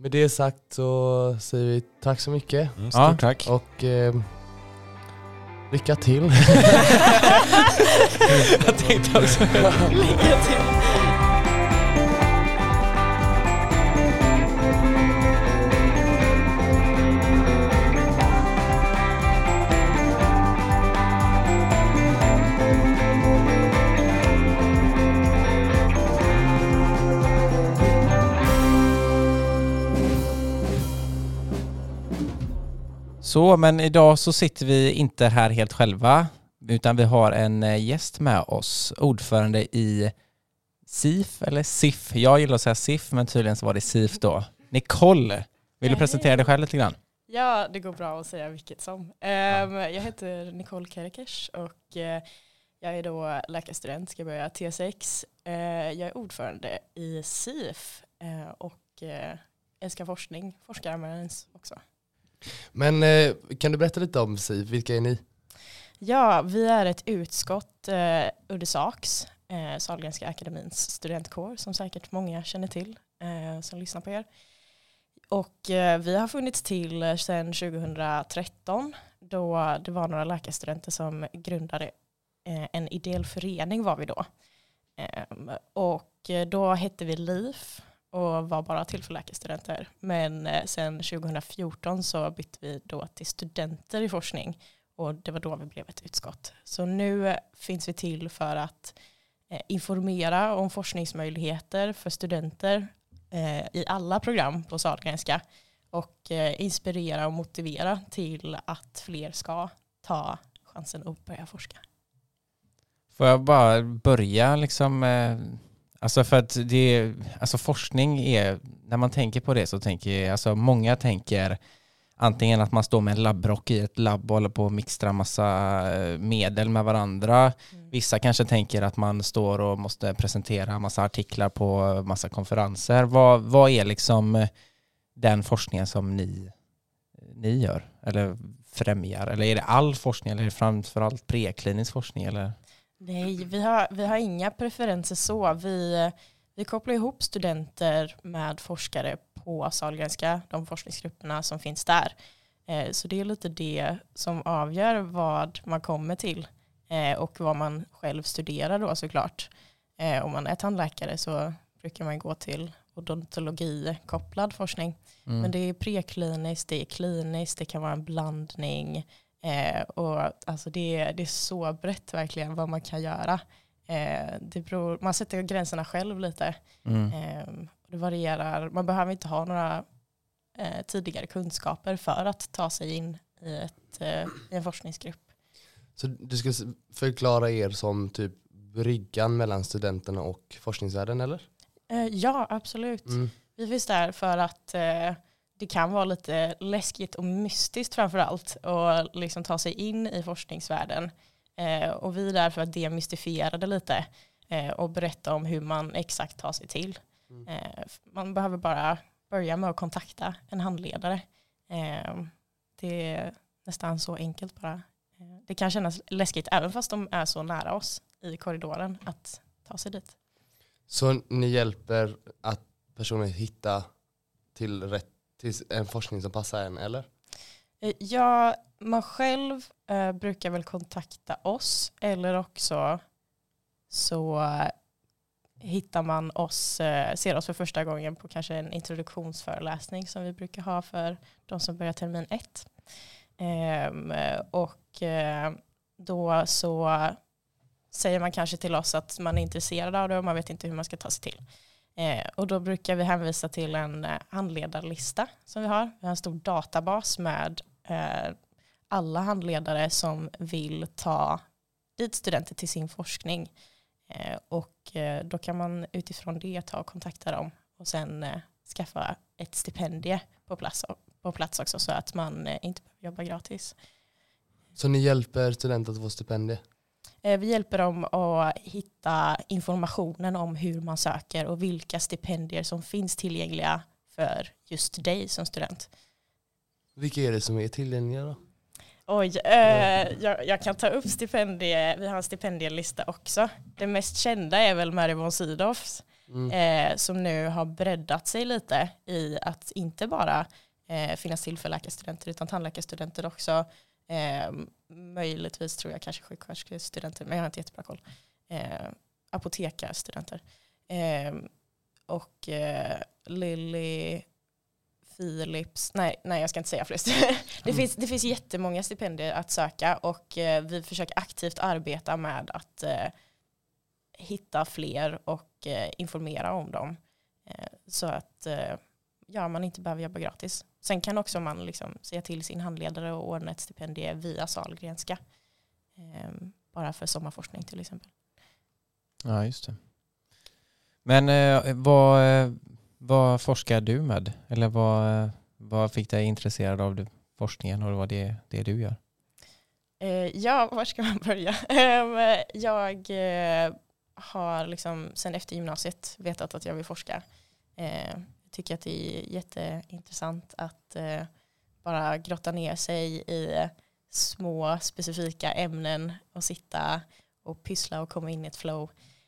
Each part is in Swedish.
Med det sagt så säger vi tack så mycket. Stort tack. Och lycka till. Jag tänkte också. Lycka till. Så, men idag så sitter vi inte här helt själva, utan vi har en gäst med oss, ordförande i SIF, eller SIF. Jag gillar att säga SIF, men tydligen så var det SIF då. Nicole, vill du presentera dig själv lite grann? Ja, det går bra att säga vilket som. Jag heter Nicole Kerekes och jag är då läkarstudent, ska börja T6. Jag är ordförande i SIF och älskar forskning, forskaramanuens också. Men kan du berätta lite om SIF? Vilka är ni? Ja, vi är ett utskott under SAKS, Sahlgrenska akademins studentkår, som säkert många känner till som lyssnar på er. Och vi har funnits till sedan 2013 då det var några läkarstudenter som grundade en ideell förening var vi då. Och då hette vi LIF och var bara till för läkarstudenter. Men sen 2014 så bytte vi då till studenter i forskning och det var då vi blev ett utskott. Så nu finns vi till för att informera om forskningsmöjligheter för studenter i alla program på Sahlgrenska och inspirera och motivera till att fler ska ta chansen att börja forska. Får jag bara börja liksom, alltså för att det, alltså forskning är, när man tänker på det så tänker, alltså många tänker antingen att man står med en labbrock i ett labb och håller på att mixtra massa medel med varandra. Vissa kanske tänker att man står och måste presentera massa artiklar på massa konferenser. Vad är liksom den forskningen som ni gör eller främjar? Eller är det all forskning eller är det framförallt preklinisk forskning? Eller? Nej, vi har inga preferenser så. Vi kopplar ihop studenter med forskare på Sahlgrenska, de forskningsgrupperna som finns där. Så det är lite det som avgör vad man kommer till och vad man själv studerar då såklart. Om man är tandläkare så brukar man gå till odontologi-kopplad forskning. Men det är prekliniskt, det är kliniskt, det kan vara en blandning. Och alltså det är så brett verkligen vad man kan göra. Man sätter gränserna själv lite. Det varierar. Man behöver inte ha några tidigare kunskaper för att ta sig in i en forskningsgrupp. Så du ska förklara er som typ bryggan mellan studenterna och forskningsvärlden, eller? Ja, absolut. Vi finns där för att det kan vara lite läskigt och mystiskt framförallt och liksom ta sig in i forskningsvärlden. Och vi är där för att demystifiera det lite och berätta om hur man exakt tar sig till. Man behöver bara börja med att kontakta en handledare. Det är nästan så enkelt bara. Det kan kännas läskigt även fast de är så nära oss i korridoren att ta sig dit. Så ni hjälper att personer hitta till en forskning som passar en, eller? Ja, man själv brukar väl kontakta oss eller också så hittar man oss, ser oss för första gången på kanske en introduktionsföreläsning som vi brukar ha för de som börjar termin 1. Och då så säger man kanske till oss att man är intresserad av det och man vet inte hur man ska ta sig till. Och då brukar vi hänvisa till en handledarlista som vi har. Vi har en stor databas med alla handledare som vill ta dit studenter till sin forskning. Och då kan man utifrån det ta och kontakta dem och sen skaffa ett stipendie på plats också så att man inte behöver jobba gratis. Så ni hjälper studenter att få stipendie? Vi hjälper dem att hitta informationen om hur man söker och vilka stipendier som finns tillgängliga för just dig som student. Vilka är det som är tillgängliga då? Oj, jag kan ta upp stipendier. Vi har en stipendielista också. Det mest kända är väl Mary von Sydows. som nu har breddat sig lite i att inte bara finnas till för läkarstudenter utan tandläkarstudenter också. Möjligtvis tror jag kanske sjuksköterskestudenter, men jag har inte jättebra koll. Apotekarstudenter. Och Lilly Philips, nej jag ska inte säga flest. Det finns jättemånga stipendier att söka och vi försöker aktivt arbeta med att hitta fler och informera om dem. Så att man inte behöver jobba gratis. Sen kan också man liksom säga till sin handledare och ordna ett stipendie via Sahlgrenska. Bara för sommarforskning till exempel. Ja, just det. Men vad forskar du med? Eller vad fick dig intresserad av forskningen och vad det du gör? Var ska man börja? Jag har liksom sen efter gymnasiet vetat att jag vill forska. Jag tycker att det är jätteintressant att bara grotta ner sig i små specifika ämnen och sitta och pyssla och komma in i ett flow.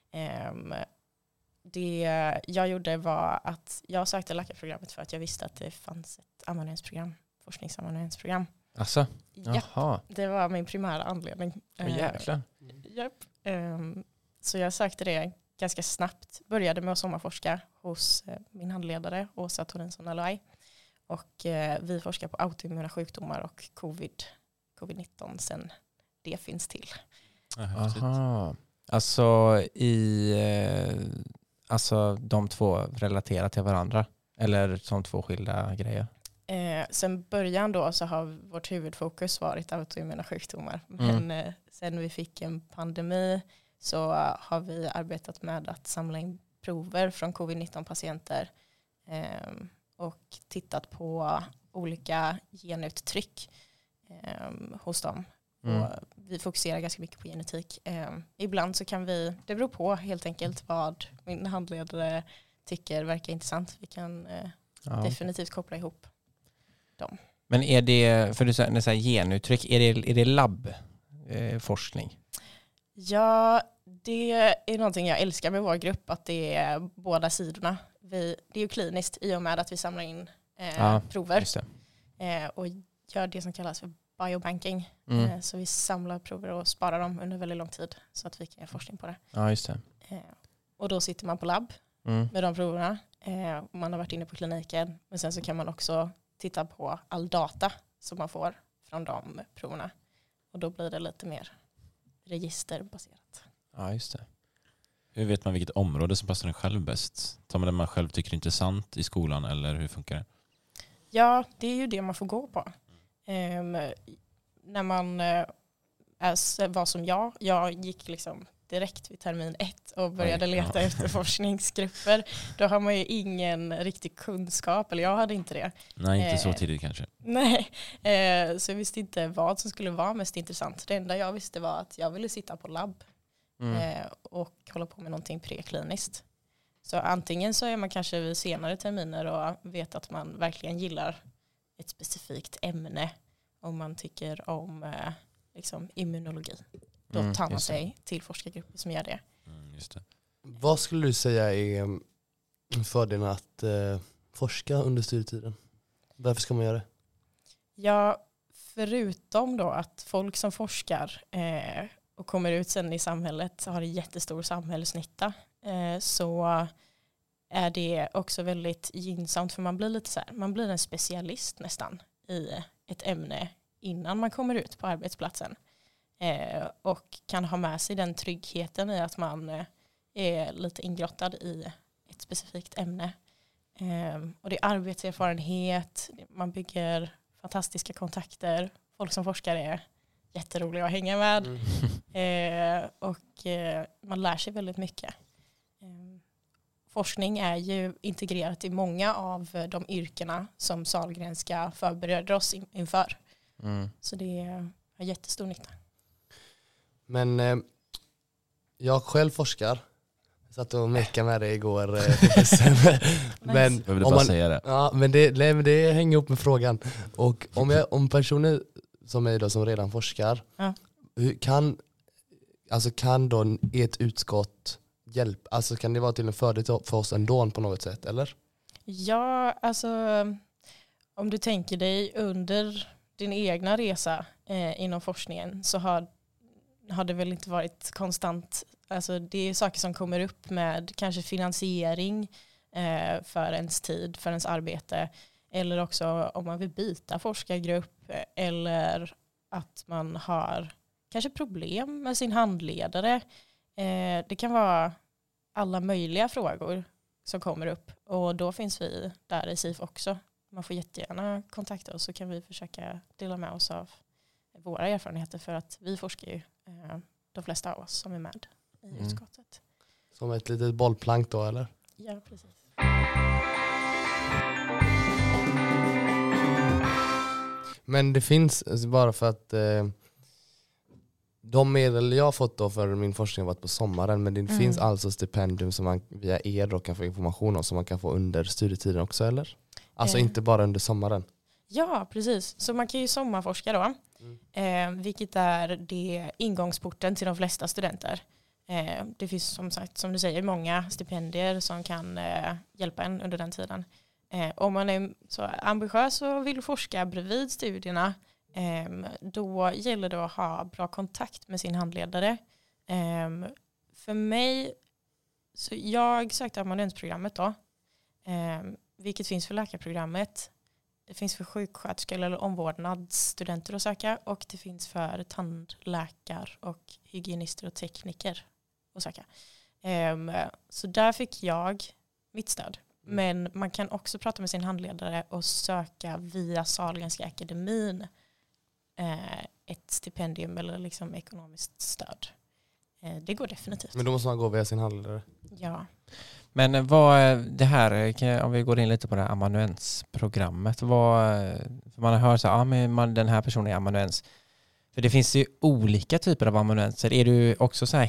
Det jag gjorde var att jag sökte läkarprogrammet för att jag visste att det fanns ett forskningsamanuensprogram. Alltså? Ja, Jaha. det var min primära anledning. Jäklar. Japp. Så jag sökte det ganska snabbt. Började med att sommarforska hos min handledare Åsa Thorinsson Alai. Och vi forskar på autoimmuna sjukdomar och covid-19 sen det finns till. Aha. Alltså de två relaterar till varandra? Eller som två skilda grejer? Sen början då så har vårt huvudfokus varit autoimmuna sjukdomar. Men sen vi fick en pandemi så har vi arbetat med att samla in prover från covid-19-patienter och tittat på olika genuttryck hos dem. Och vi fokuserar ganska mycket på genetik. Ibland så kan det beror på helt enkelt vad min handledare tycker verkar intressant. Vi kan definitivt koppla ihop dem. Men är det, för du säger genuttryck, är det labbforskning? Ja, det är någonting jag älskar med vår grupp, att det är båda sidorna. Det är ju kliniskt i och med att vi samlar in prover. Just det. Och gör det som kallas för biobanking. Så vi samlar prover och sparar dem under väldigt lång tid så att vi kan göra forskning på det. Ja, just det. Och då sitter man på labb med de proverna. Man har varit inne på kliniken. Men sen så kan man också titta på all data som man får från de proverna. Och då blir det lite mer registerbaserat. Ja, just det. Hur vet man vilket område som passar en själv bäst? Tar man det man själv tycker är intressant i skolan eller hur funkar det? Ja, det är ju det man får gå på. När man var som jag gick liksom direkt vid termin 1 och började leta efter forskningsgrupper. Då har man ju ingen riktig kunskap, eller jag hade inte det. Nej, inte så tidigt kanske. Nej, så jag visste inte vad som skulle vara mest intressant. Det enda jag visste var att jag ville sitta på labb och hålla på med någonting prekliniskt. Så antingen så är man kanske vid senare terminer och vet att man verkligen gillar ett specifikt ämne om man tycker om liksom immunologi. Då tar man sig till forskargrupper som gör det. Just det. Vad skulle du säga är fördelen att forska under studietiden? Varför ska man göra det? Ja, förutom då att folk som forskar och kommer ut sen i samhället har det jättestor samhällsnytta, så är det också väldigt gynnsamt, för man blir lite så här, man blir en specialist nästan i ett ämne innan man kommer ut på arbetsplatsen. Och kan ha med sig den tryggheten i att man är lite ingrottad i ett specifikt ämne. Och det är arbetserfarenhet, man bygger fantastiska kontakter. Folk som forskar är jätteroliga att hänga med. Och man lär sig väldigt mycket. Forskning är ju integrerat i många av de yrkena som Sahlgrenska förbereder oss inför. Så det har jättestor nytta. Men jag själv forskar. Jag satt och mekade med det igår. Men jag ville bara säga det. Ja, men det hänger upp med frågan. Och om personer som mig då, som redan forskar, kan då ett utskott hjälp? Alltså kan det vara till en fördel för oss ändå på något sätt, eller? Ja, alltså om du tänker dig under din egna resa inom forskningen så har det väl inte varit konstant. Alltså det är saker som kommer upp med kanske finansiering för ens tid, för ens arbete. Eller också om man vill byta forskargrupp eller att man har kanske problem med sin handledare. Det kan vara alla möjliga frågor som kommer upp. Och då finns vi där i SIF också. Man får jättegärna kontakta oss så kan vi försöka dela med oss av våra erfarenheter för att vi forskar ju de flesta av oss som är med i utskottet. Som ett litet bollplank då, eller? Ja, precis. Men det finns, alltså bara för att de medel jag har fått då för min forskning har varit på sommaren, men det finns alltså stipendium som man via er då kan få information om som man kan få under studietiden också, eller? Alltså inte bara under sommaren. Ja, precis. Så man kan ju sommarforska då, vilket är det ingångsporten till de flesta studenter. Det finns som sagt, som du säger, många stipendier som kan hjälpa en under den tiden. Om man är så ambitiös och vill forska bredvid studierna, då gäller det att ha bra kontakt med sin handledare. För mig, så jag sökte amanuensprogrammet då, vilket finns för läkarprogrammet. Det finns för sjuksköterskor eller omvårdnadsstudenter att söka och det finns för tandläkar och hygienister och tekniker att söka. Så där fick jag mitt stöd. Men man kan också prata med sin handledare och söka via Sahlgrenska akademin ett stipendium eller liksom ekonomiskt stöd. Det går definitivt. Men då måste man gå via sin handledare. Ja. Men vad det här, om vi går in lite på det här amanuensprogrammet, för man har hört så här, men den här personen är amanuens. För det finns ju olika typer av amanuenser. Är du också så här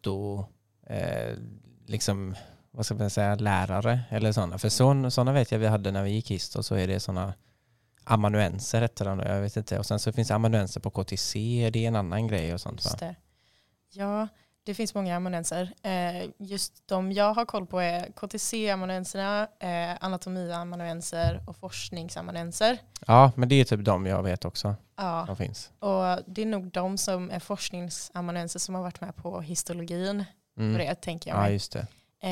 liksom, vad ska man säga, lärare eller sådana? För sådana vet jag vi hade när vi gick histo, så är det sådana amanuenser heter de, jag vet inte. Och sen så finns det amanuenser på KTC, det är en annan grej och sånt, va? Det. Ja, det finns många amanuenser. Just de jag har koll på är KTC-amanuenserna, anatomi-amanuenser och forskningsamanuenser. Ja, men det är typ de jag vet också. Ja, de finns. Och det är nog de som är forskningsamanuenser som har varit med på histologin. För det tänker jag. Ja, just det.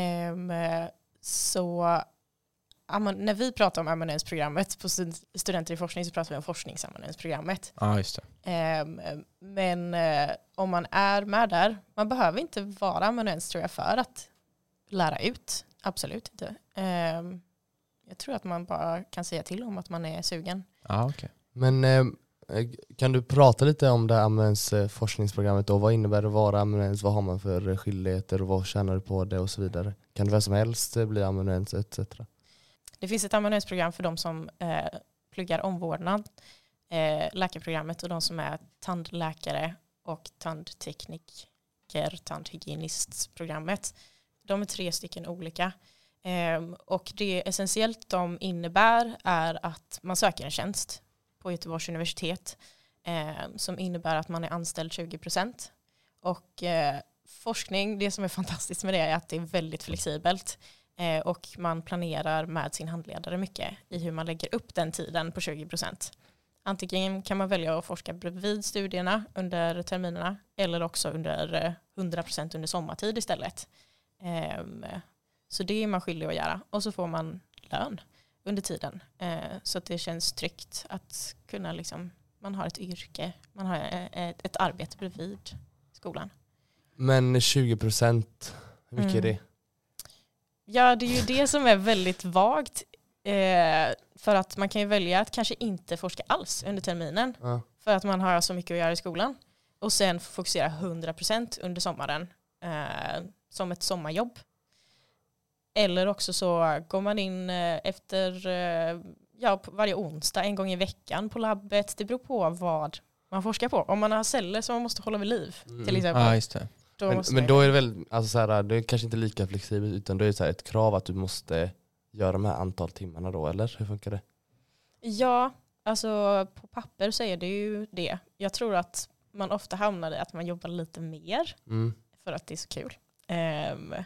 Så när vi pratar om amanuensprogrammet på studenter i forskning så pratar vi om forskningsamanuensprogrammet. Ja, just det. Men om man är med där, man behöver inte vara amanuens tror jag för att lära ut. Absolut inte. Jag tror att man bara kan säga till om att man är sugen. Ja, okej. Men kan du prata lite om det amanuens forskningsprogrammet då? Vad innebär det att vara amanuens? Vad har man för skyldigheter och vad tjänar du på det och så vidare? Kan det vem som helst bli amanuens etc? Det finns ett amanuensprogram för de som pluggar omvårdnad, läkarprogrammet och de som är tandläkare och tandtekniker, tandhygienistprogrammet. De är 3 stycken olika. Och det essentiellt de innebär är att man söker en tjänst på Göteborgs universitet som innebär att man är anställd 20%. Och forskning, det som är fantastiskt med det är att det är väldigt flexibelt. Och man planerar med sin handledare mycket i hur man lägger upp den tiden på 20%. Antingen kan man välja att forska bredvid studierna under terminerna eller också under 100% under sommartid istället. Så det är man skyldig att göra. Och så får man lön under tiden. Så att det känns tryggt att kunna liksom, man har ett yrke, man har ett arbete bredvid skolan. Men 20%, hur mycket är det? Ja, det är ju det som är väldigt vagt. För att man kan ju välja att kanske inte forska alls under terminen. Ja. För att man har så mycket att göra i skolan. Och sen fokusera 100% under sommaren som ett sommarjobb. Eller också så går man in efter varje onsdag, en gång i veckan på labbet. Det beror på vad man forskar på. Om man har celler som man måste hålla vid liv till exempel. Ja, just det. Men då är det väl, alltså så här, det är kanske inte lika flexibelt utan det är så här ett krav att du måste göra de här antal timmarna då, eller hur funkar det? Ja, alltså på papper så är det ju det. Jag tror att man ofta hamnar i att man jobbar lite mer för att det är så kul.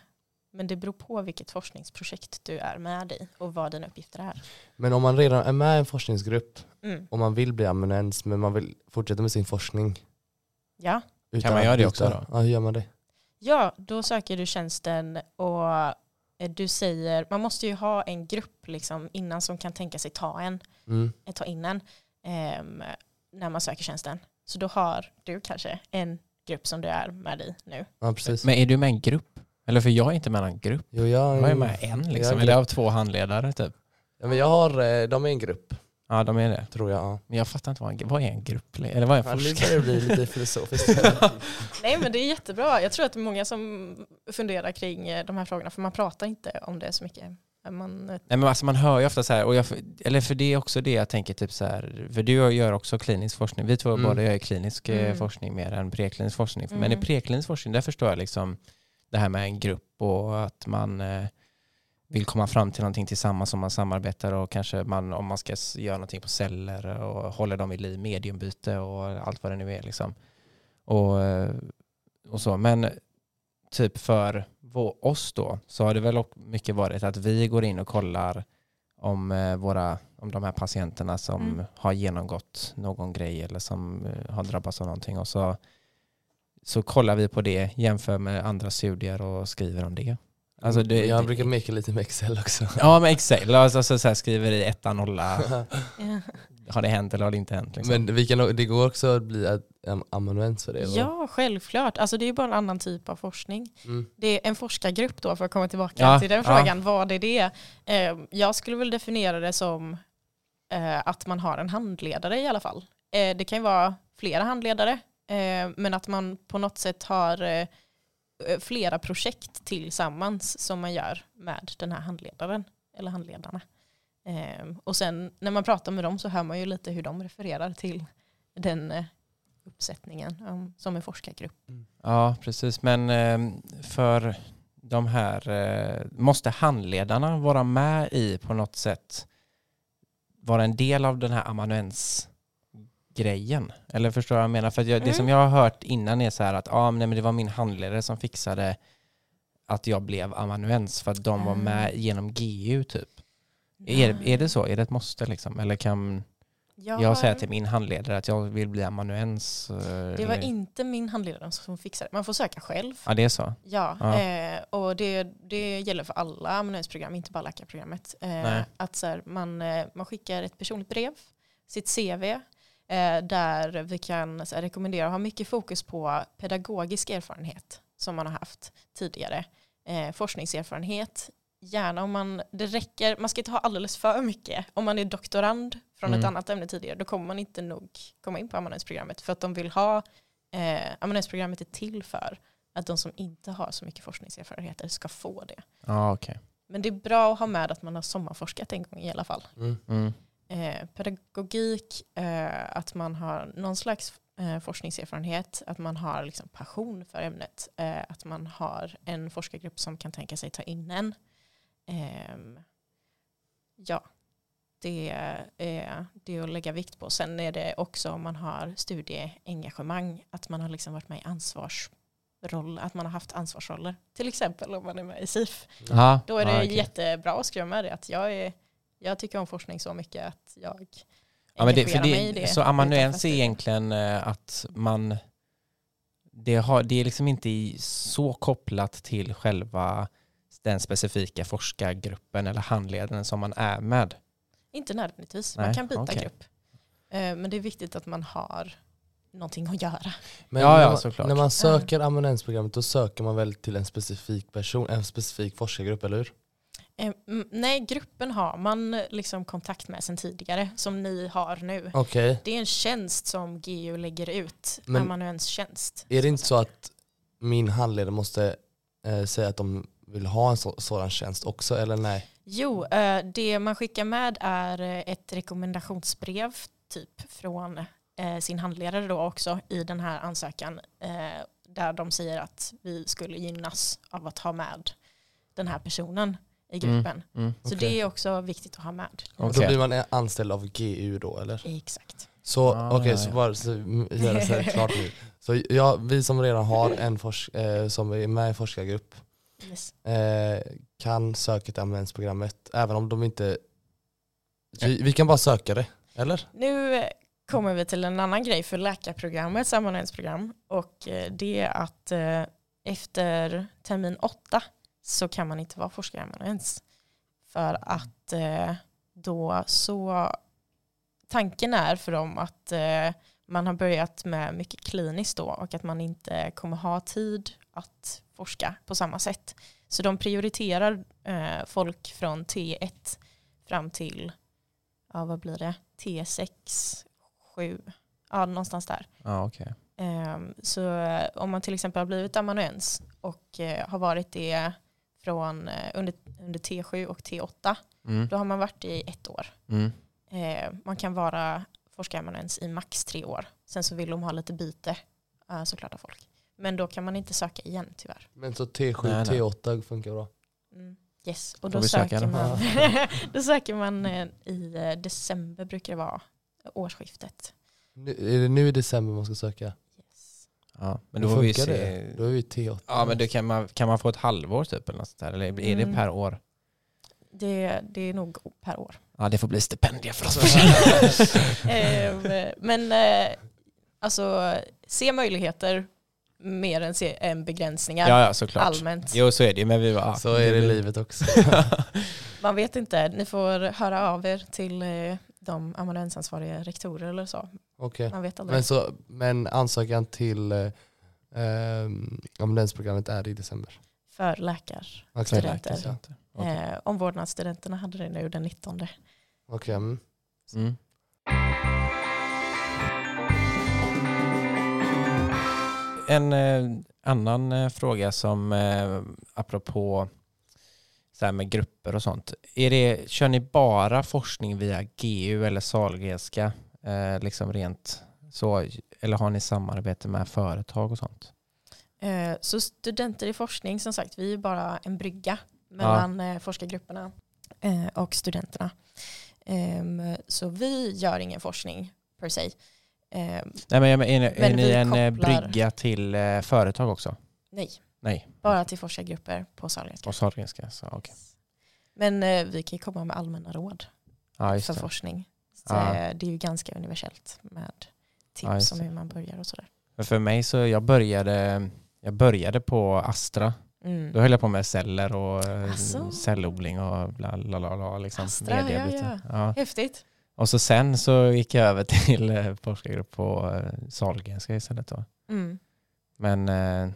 Men det beror på vilket forskningsprojekt du är med i och vad dina uppgifter är. Men om man redan är med i en forskningsgrupp Mm. och man vill bli amanuens men man vill fortsätta med sin forskning. Ja. Utan man att göra det byta. också då? Ja, hur gör man det? Ja, då söker du tjänsten och du säger, man måste ju ha en grupp liksom innan som kan tänka sig ta in en när man söker tjänsten. Så då har du kanske en grupp som du är med i nu. Ja, precis. Men är du med i en grupp? Eller för jag är inte med i en grupp. Jo, Jag är med en liksom. jag, Eller av 2 handledare typ. ja, men jag har, de är en grupp, Ja, de är det. tror jag. Ja. Men jag fattar inte vad är en grupp? Eller vad är en Men nu forskare? börjar det bli lite filosofiskt. Nej, men det är jättebra. Jag tror att det är många som funderar kring de här frågorna, för man pratar inte om det så mycket. Nej, men alltså man hör ju ofta så här, och eller för det är också det jag tänker typ så här, för du gör också klinisk forskning. Vi två båda gör klinisk forskning mer än preklinisk forskning. Men i preklinisk forskning, där förstår jag liksom det här med en grupp och att man vill komma fram till någonting tillsammans som man samarbetar och kanske om man ska göra någonting på celler och håller dem i liv, mediumbyte och allt vad det nu är liksom. Och så, men typ för oss då så har det väl mycket varit att vi går in och kollar om de här patienterna som har genomgått någon grej eller som har drabbats av någonting, och så kollar vi på det, jämför med andra studier och skriver om det. Alltså jag brukar meka lite med Excel också. Ja, med Excel. Alltså så här, skriver i 1, 0. Har det hänt eller har det inte hänt? Liksom. Men det går också att bli amanuens för det. Ja, självklart. Alltså det är ju bara en annan typ av forskning. Det är en forskargrupp då, för att komma tillbaka till den frågan. Vad är det? Jag skulle väl definiera det som att man har en handledare i alla fall. Det kan ju vara flera handledare, men att man på något sätt har flera projekt tillsammans som man gör med den här handledaren eller handledarna. Och sen när man pratar med dem så hör man ju lite hur de refererar till den uppsättningen som en forskargrupp. Ja, precis. Men för de här, måste handledarna vara med i på något sätt, vara en del av den här amanuensgrejen? Eller förstår jag vad jag menar? För det som jag har hört innan är så här att men det var min handledare som fixade att jag blev amanuens för att de var med genom GU typ. Är det så? Är det ett måste liksom? Eller kan jag säga till min handledare att jag vill bli amanuens? Det var inte min handledare som fixade. Man får söka själv. Ja, det är så? Ja. Och det gäller för alla amanuensprogram, inte bara läkarprogrammet. Att så här, man skickar ett personligt brev, sitt CV, där vi kan så här, rekommendera att ha mycket fokus på pedagogisk erfarenhet som man har haft tidigare. Forskningserfarenhet. Gärna om det räcker, man ska inte ha alldeles för mycket. Om man är doktorand från ett annat ämne tidigare, då kommer man inte nog komma in på amanuensprogrammet, för att de vill ha amanuensprogrammet är till för att de som inte har så mycket forskningserfarenheter ska få det. Okay. Men det är bra att ha med att man har sommarforskat en gång i alla fall. Pedagogik, att man har någon slags forskningserfarenhet, att man har liksom passion för ämnet, att man har en forskargrupp som kan tänka sig ta in en. Det är att lägga vikt på. Sen är det också om man har studieengagemang, att man har liksom varit med i ansvarsroll, att man har haft ansvarsroller. Till exempel om man är med i SIF. Då är det jättebra att skriva med det, att jag tycker om forskning så mycket att jag engagerar mig i det. Så amanuens är egentligen att man det är liksom inte så kopplat till själva den specifika forskargruppen eller handledaren som man är med. Inte nödvändigtvis. Man kan byta grupp. Men det är viktigt att man har någonting att göra. Men när man söker amanuensprogrammet, då söker man väl till en specifik person, en specifik forskargrupp, eller hur? Nej, gruppen har man liksom kontakt med sedan tidigare, som ni har nu. Okay. Det är en tjänst som GU lägger ut, amanuenstjänst. Är det inte så att min handledare måste säga att de vill ha en sådan tjänst också, eller nej? Jo, det man skickar med är ett rekommendationsbrev typ från sin handledare då också i den här ansökan, där de säger att vi skulle gynnas av att ha med den här personen i gruppen. Så det är också viktigt att ha med. Då blir man anställd av GU då, eller? Exakt. Så så bara gör det så klart nu. Så vi som redan har en som är med i forskargrupp, Yes. kan söka till amanuensprogrammet även om de inte... Vi kan bara söka det, eller? Nu kommer vi till en annan grej för läkarprogrammets amanuensprogram, och det är att efter termin 8 så kan man inte vara forskaramanuens. För att då så tanken är för dem att man har börjat med mycket kliniskt då, och att man inte kommer ha tid att forska på samma sätt. Så de prioriterar folk från T1 fram till, vad blir det? T6, 7, någonstans där. Ja, okej. Så om man till exempel har blivit amanuens och har varit det från under T7 och T8, då har man varit i 1 år. Man kan vara forskaramanuens i max 3 år. Sen så vill de ha lite byte såklart av folk. Men då kan man inte söka igen tyvärr. Men så T7, T8 funkar bra. Yes, och då söker man, då söker man i december brukar det vara, årsskiftet. Är det nu i december man ska söka? Ja, men Men då då får vi funkar se. det. Då är vi T8. Ja, men det kan man få ett halvår typ eller något sånt där, eller är det per år? Det är nog per år. Ja, det får bli stipendier för oss. Men alltså se möjligheter mer än än begränsningar. Ja, såklart. Allmänt. Jo, så är det, men Så är det i livet också. Man vet inte. Ni får höra av er till de amanuensansvariga rektorer eller så. Okej. Man vet aldrig. Men ansökan till amanuensprogrammet är i december. För läkarstudenter. Omvårdnadsstudenterna hade det nu den 19. Okej. En annan fråga som apropå så här med grupper och sånt. Kör ni bara forskning via GU eller Sahlgrenska liksom rent så, eller har ni samarbete med företag och sånt? Så studenter i forskning, som sagt, vi är bara en brygga mellan forskargrupperna och studenterna. Så vi gör ingen forskning per se. Nej, men är ni en brygga till företag också? Nej. Bara till forskargrupper på Sahlgrenska. Och Sahlgrenska, så okej. Men vi kan ju komma med allmänna råd för forskning. Så det är ju ganska universellt med tips om hur man börjar och sådär. Men för mig så jag började på Astra. Då höll jag på med celler och cellodling och bla bla bla liksom. Astra, ja. Häftigt. Och så sen så gick jag över till forskargrupp på Sahlgrenska istället då. Men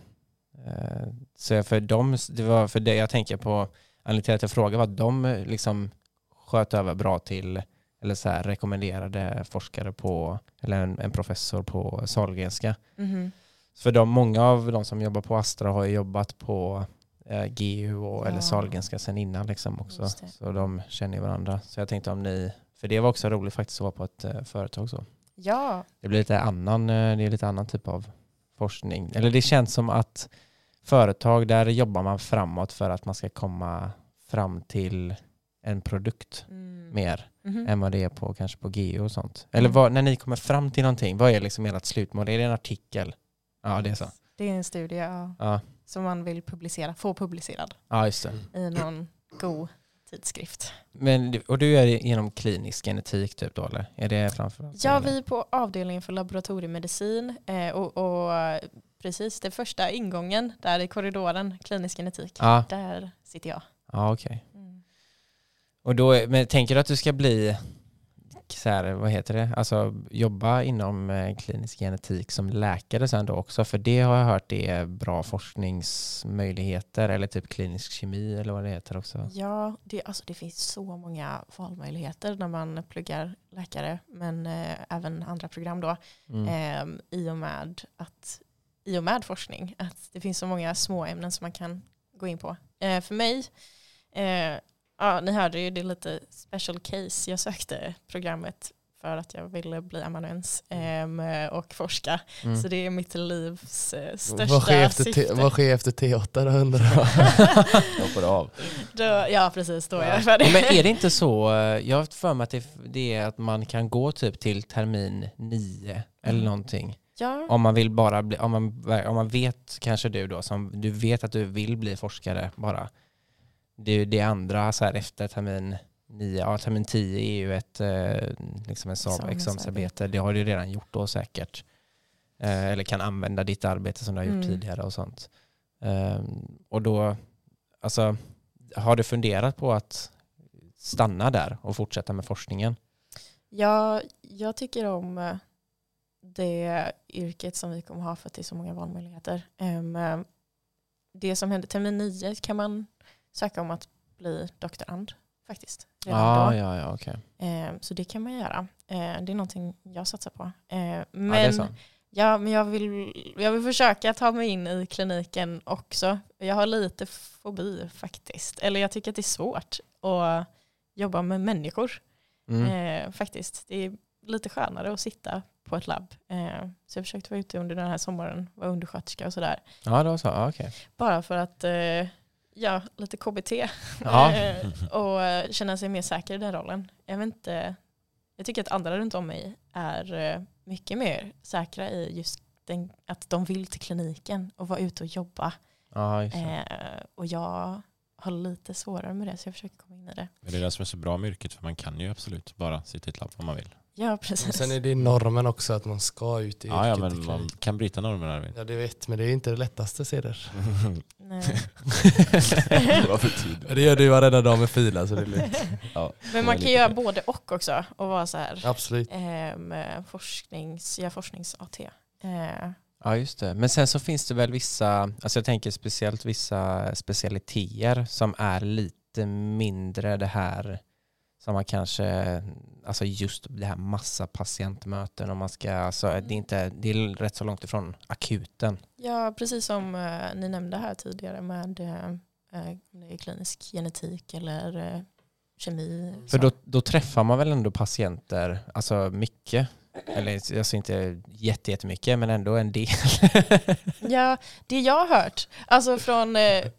så för dem, det var för det jag tänker på, anledningen till att jag frågade var att de liksom sköt över bra till, eller så här rekommenderade forskare på, eller en professor på Sahlgrenska. För många av de som jobbar på Astra har ju jobbat på GU eller Sahlgrenska sen innan liksom också. Så de känner varandra. Så jag tänkte om ni, för det var också roligt faktiskt att vara på ett företag så. Ja. Det blir lite annan typ av forskning. Eller det känns som att företag, där jobbar man framåt för att man ska komma fram till en produkt mer än vad det är på kanske på GU och sånt. Eller när ni kommer fram till någonting, vad är liksom ert slutmål? Är det en artikel? Ja, det är så. Det är en studie som man vill få publicerad. Ja, just det. I någon god tidskrift. Och du är genom klinisk genetik typ då, eller? Är det framförallt? Ja, vi är på avdelningen för laboratoriemedicin och precis det första ingången där i korridoren, klinisk genetik. Där sitter jag. Ja, okej. Och då, men tänker du att du ska bli så här, vad heter det? Alltså jobba inom klinisk genetik som läkare sen då också? För det har jag hört det är bra forskningsmöjligheter, eller typ klinisk kemi eller vad det heter också. Ja, det finns så många valmöjligheter när man pluggar läkare, men även andra program då. I och med forskning. Att det finns så många små ämnen som man kan gå in på. För mig, ni hörde ju, det är lite special case. Jag sökte programmet för att jag ville bli amanuens och forska. Så det är mitt livs största syfte. Vad sker efter T8 då, undrar jag? Hoppar av. Ja, precis. Då är jag färdig. Men är det inte så? Jag har för mig att det är att man kan gå typ till termin 9 eller någonting. Ja. Om man vill bara bli, om man vet, kanske du då, som du vet att du vill bli forskare bara. Det andra så här efter termin 9, termin 10 är ju ett liksom en examensarbete. Det har du redan gjort då säkert. Eller kan använda ditt arbete som du har gjort tidigare och sånt. Och då, alltså, har du funderat på att stanna där och fortsätta med forskningen? Ja, jag tycker om det yrket som vi kommer ha för att det är så många valmöjligheter. Det som händer termin 9 kan man söka om att bli doktorand faktiskt. Ja, okej. Så det kan man göra. Det är någonting jag satsar på. Men, det är så. Ja, men jag vill försöka ta mig in i kliniken också. Jag har lite fobi faktiskt. Eller jag tycker att det är svårt att jobba med människor. Faktiskt. Det är lite skönare att sitta på ett labb. Så jag försökte vara ute under den här sommaren, vara undersköterska och sådär. Ja, det var så. Okej. Bara för att lite KBT och känna sig mer säker i den rollen. Jag tycker att andra runt om mig är mycket mer säkra i just att de vill till kliniken och vara ute och jobba. Ja, och jag har lite svårare med det, så jag försöker komma in i det. Men det är det som är så bra med yrket, för man kan ju absolut bara sitta i ett labb om man vill. Ja, precis. Men sen är det normen också att man ska ut i yrket. Ja, men man kan bryta normen, Arvid. Ja, det vet, men det är inte det lättaste, ser det. Nej. Vad för tid? Det gör du varenda dag med fila, så det är lugnt. Ja, Men man kan göra både och också och vara så här Absolut. forsknings-AT. Ja, just det. Men sen så finns det väl vissa, alltså jag tänker speciellt vissa specialiteter som är lite mindre det här som man kanske, alltså just det här massa patientmöten och man ska, alltså det är rätt så långt ifrån akuten. Ja, precis som ni nämnde här tidigare med klinisk genetik eller kemi. För då träffar man väl ändå patienter, alltså mycket. Eller alltså inte jättemycket, men ändå en del. Ja, det jag har hört, alltså från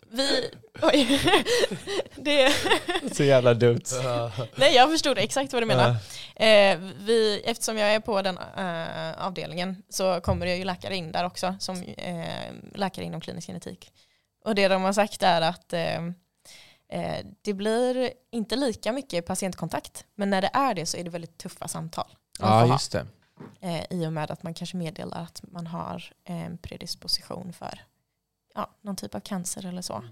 det så jävla dumt. Nej, jag förstod exakt vad du menar. Eftersom jag är på den avdelningen så kommer det ju läkare in där också som läkare inom klinisk genetik. Och det de har sagt är att det blir inte lika mycket patientkontakt, men när det är det så är det väldigt tuffa samtal. Ja, just det. I och med att man kanske meddelar att man har en predisposition för någon typ av cancer eller så.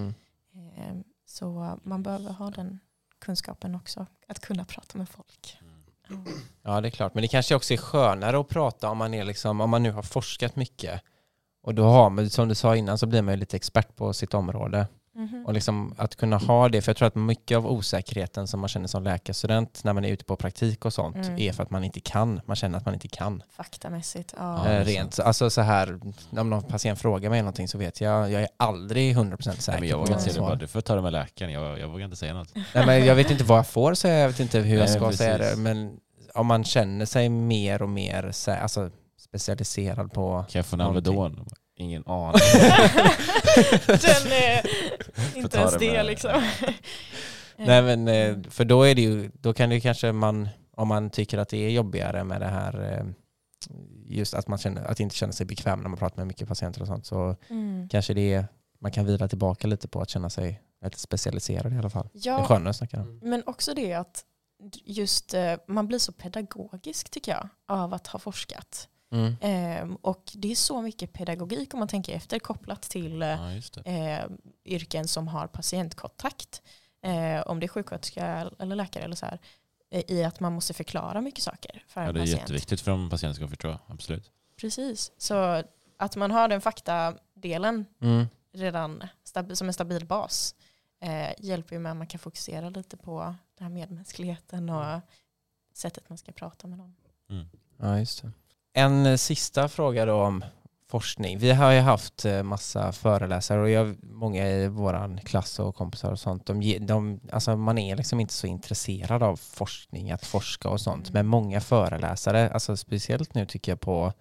Så man behöver ha den kunskapen också, att kunna prata med folk. Ja, det är klart. Men det kanske också är skönare att prata om man är liksom, om man nu har forskat mycket. Och då har man, som du sa innan, så blir man ju lite expert på sitt område. Och liksom att kunna ha det, för jag tror att mycket av osäkerheten som man känner som läkarstudent när man är ute på praktik och sånt är för att man inte kan. Man känner att man inte kan. Faktamässigt, rent. Alltså så här, om någon patient frågar mig någonting så vet jag är aldrig 100% säker. Nej, men jag vågar inte säga det, bara du får ta det med läkaren. Jag vågar inte säga något. Nej, men jag vet inte vad jag får säga, jag vet inte hur jag ska precis säga det. Men om man känner sig mer och mer alltså, specialiserad på... Kan jag få en Alvedon? Ingen aning. Den är inte ens det liksom. Nej, men för då är det ju, då kan det ju kanske man, om man tycker att det är jobbigare med det här, just att man känner, att inte känna sig bekväm när man pratar med mycket patienter och sånt, så kanske det är, man kan vila tillbaka lite på att känna sig lite specialiserad i alla fall. Ja, det är skönare att snacka om. Men också det att just man blir så pedagogisk tycker jag av att ha forskat. Och det är så mycket pedagogik om man tänker efter kopplat till yrken som har patientkontakt. Om det är sjuksköterska eller läkare eller så här, i att man måste förklara mycket saker för en patient. Det är jätteviktigt för om patienten ska förstå, absolut. Precis, så att man har den faktadelen redan som en stabil bas hjälper ju med att man kan fokusera lite på den här medmänskligheten och sättet man ska prata med någon. Ja, just det. En sista fråga då om forskning. Vi har ju haft massa föreläsare och många i våran klass och kompisar och sånt. Alltså man är liksom inte så intresserad av forskning, att forska och sånt. Men många föreläsare, alltså speciellt nu tycker jag på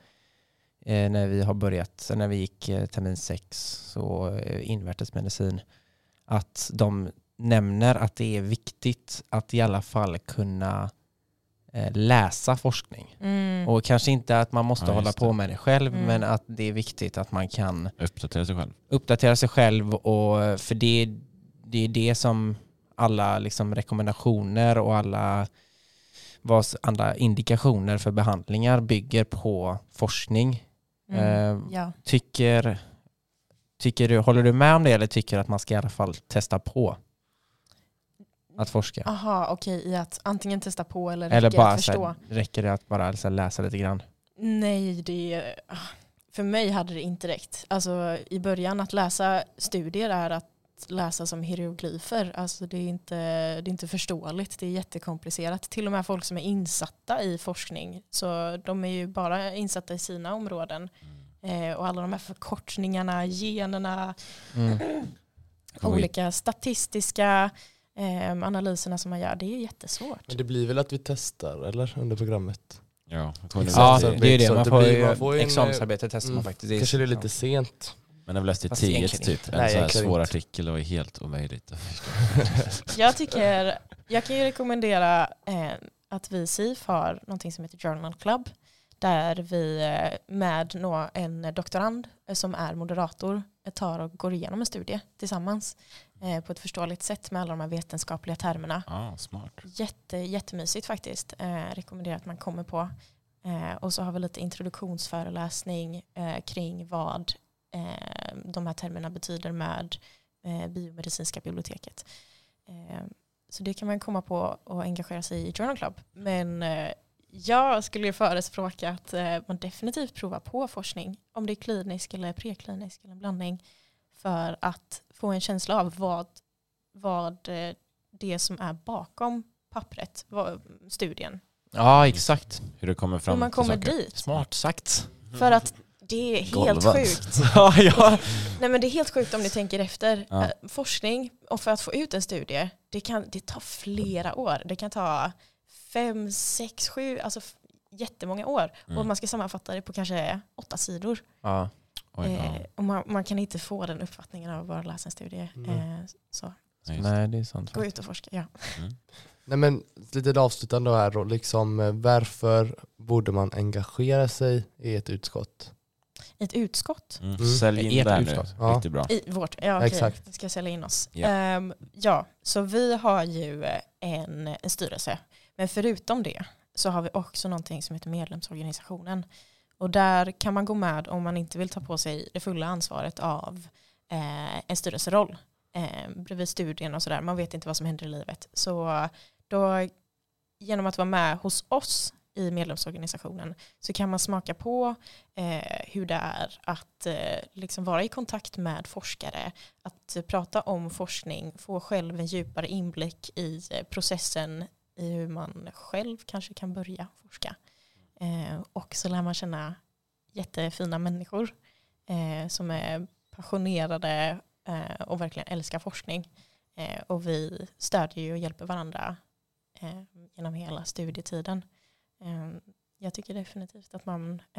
när vi gick termin 6 så invärtesmedicin, att de nämner att det är viktigt att i alla fall kunna läsa forskning. Och kanske inte att man måste hålla på med det själv, men att det är viktigt att man kan uppdatera sig själv. Och för det är det som alla liksom rekommendationer och alla indikationer för behandlingar bygger på forskning. Håller du med om det, eller tycker att man ska i alla fall testa på att forska? Aha, okej. I att antingen testa på eller bara att förstå. Räcker det att bara läsa lite grann? Nej, för mig hade det inte räckt. Alltså i början att läsa studier är att läsa som hieroglyfer. Alltså det är inte förståeligt. Det är jättekomplicerat. Till och med folk som är insatta i forskning. Så de är ju bara insatta i sina områden. Och alla de här förkortningarna, generna, olika statistiska analyserna som man gör. Det är jättesvårt. Men det blir väl att vi testar, eller? Under programmet. Ja, det är det. Man får examensarbete testar man faktiskt. Kanske det är lite sent. Men jag läste 10 typ. En så här svår artikel och helt omöjligt. Jag kan ju rekommendera att vi i SIF har någonting som heter Journal Club. Där vi med en doktorand som är moderator tar och går igenom en studie tillsammans på ett förståeligt sätt med alla de här vetenskapliga termerna. Smart. Jättemysigt faktiskt. Rekommenderar att man kommer på. Och så har vi lite introduktionsföreläsning kring vad de här termerna betyder med biomedicinska biblioteket. Så det kan man komma på och engagera sig i Journal Club. Men jag skulle ju förespråka att man definitivt provar på forskning. Om det är klinisk eller preklinisk eller en blandning. För att få en känsla av vad det som är bakom pappret, studien. Ja, exakt. Hur det kommer fram. Hur man kommer dit. Smart sagt. För att det är helt sjukt. Ja. Nej, men det är helt sjukt om ni tänker efter. Forskning, och för att få ut en studie, det tar flera år. Det kan ta 5, 6, 7, alltså jättemånga år. Och man ska sammanfatta det på kanske 8 sidor. Ja. Och man kan inte få den uppfattningen av att bara läsa en studie. Så. Nej, det är sant. Gå ut och forska, ja. Nej, men lite avslutande här då, liksom, varför borde man engagera sig i ett utskott? Ett utskott? Sälj in där nu. Riktigt bra. I vårt, okej. Exakt. Vi ska sälja in oss. Ja. Så vi har ju en styrelse. Men förutom det så har vi också någonting som heter medlemsorganisationen. Och där kan man gå med om man inte vill ta på sig det fulla ansvaret av en styrelseroll. Bredvid studien och sådär. Man vet inte vad som händer i livet. Så då, genom att vara med hos oss i medlemsorganisationen, så kan man smaka på hur det är att liksom vara i kontakt med forskare, att prata om forskning, få själv en djupare inblick i processen i hur man själv kanske kan börja forska. Och så lär man känna jättefina människor som är passionerade och verkligen älskar forskning. Och vi stödjer ju och hjälper varandra genom hela studietiden. Jag tycker definitivt att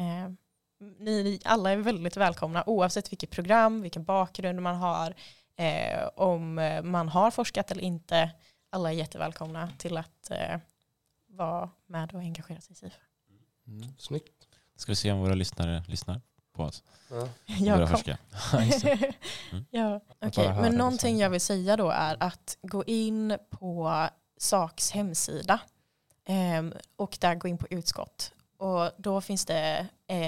ni alla är väldigt välkomna, oavsett vilket program, vilken bakgrund man har, om man har forskat eller inte. Alla är jättevälkomna till att vara med och engagera sig i SIF. Snyggt. Ska vi se om våra lyssnare lyssnar på oss? Jag forska. Ja, okej. Men någonting jag vill säga då är att gå in på SAKs hemsida och där gå in på utskott. Och då finns det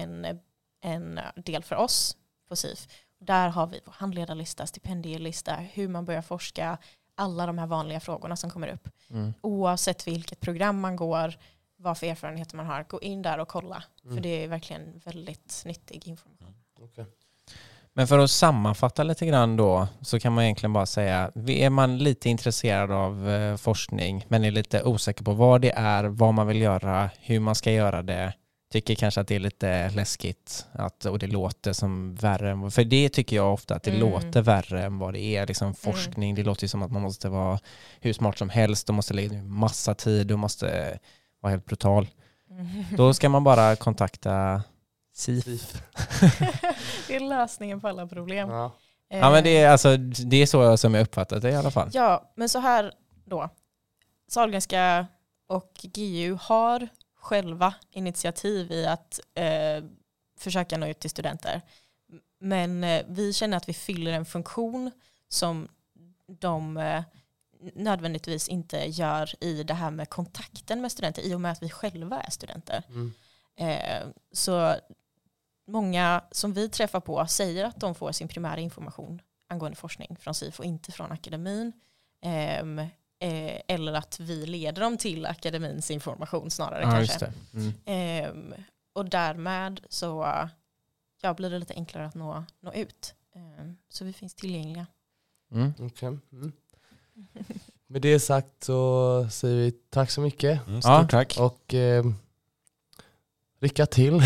en del för oss på SIF. Där har vi handledarlista, stipendielista, hur man börjar forska, alla de här vanliga frågorna som kommer upp. Oavsett vilket program man går, vad för erfarenheter man har, gå in där och kolla. För det är verkligen väldigt nyttig information. Okay. Men för att sammanfatta lite grann då, så kan man egentligen bara säga, är man lite intresserad av forskning men är lite osäker på vad det är, vad man vill göra, hur man ska göra det, tycker kanske att det är lite läskigt och det låter som värre, för det tycker jag ofta att det låter värre än vad det är. Liksom forskning, det låter ju som att man måste vara hur smart som helst, och måste lägga ner massa tid och måste vara helt brutal. Då ska man bara kontakta SIF. Det är lösningen på alla problem. Ja. Men det är så som jag uppfattat det i alla fall. Ja, men så här då. Sahlgrenska Och GU har själva initiativ i att försöka nå ut till studenter. Men vi känner att vi fyller en funktion som de nödvändigtvis inte gör i det här med kontakten med studenter i och med att vi själva är studenter. Så många som vi träffar på säger att de får sin primära information angående forskning från SIFO, inte från akademin. Eller att vi leder dem till akademins information snarare kanske. Och därmed så blir det lite enklare att nå ut. Så vi finns tillgängliga. Okay. Med det sagt så säger vi tack så mycket. Stort tack. Och lycka till.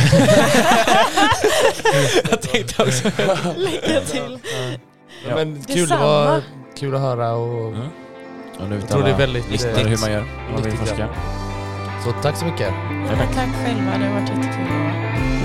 Jag tänkte också. Lycka till. Men kul, det var kul att höra och jag tror det är väldigt viktigt hur man gör om man vill forska. Så tack så mycket. Ja, tack själva, det har varit jättekul.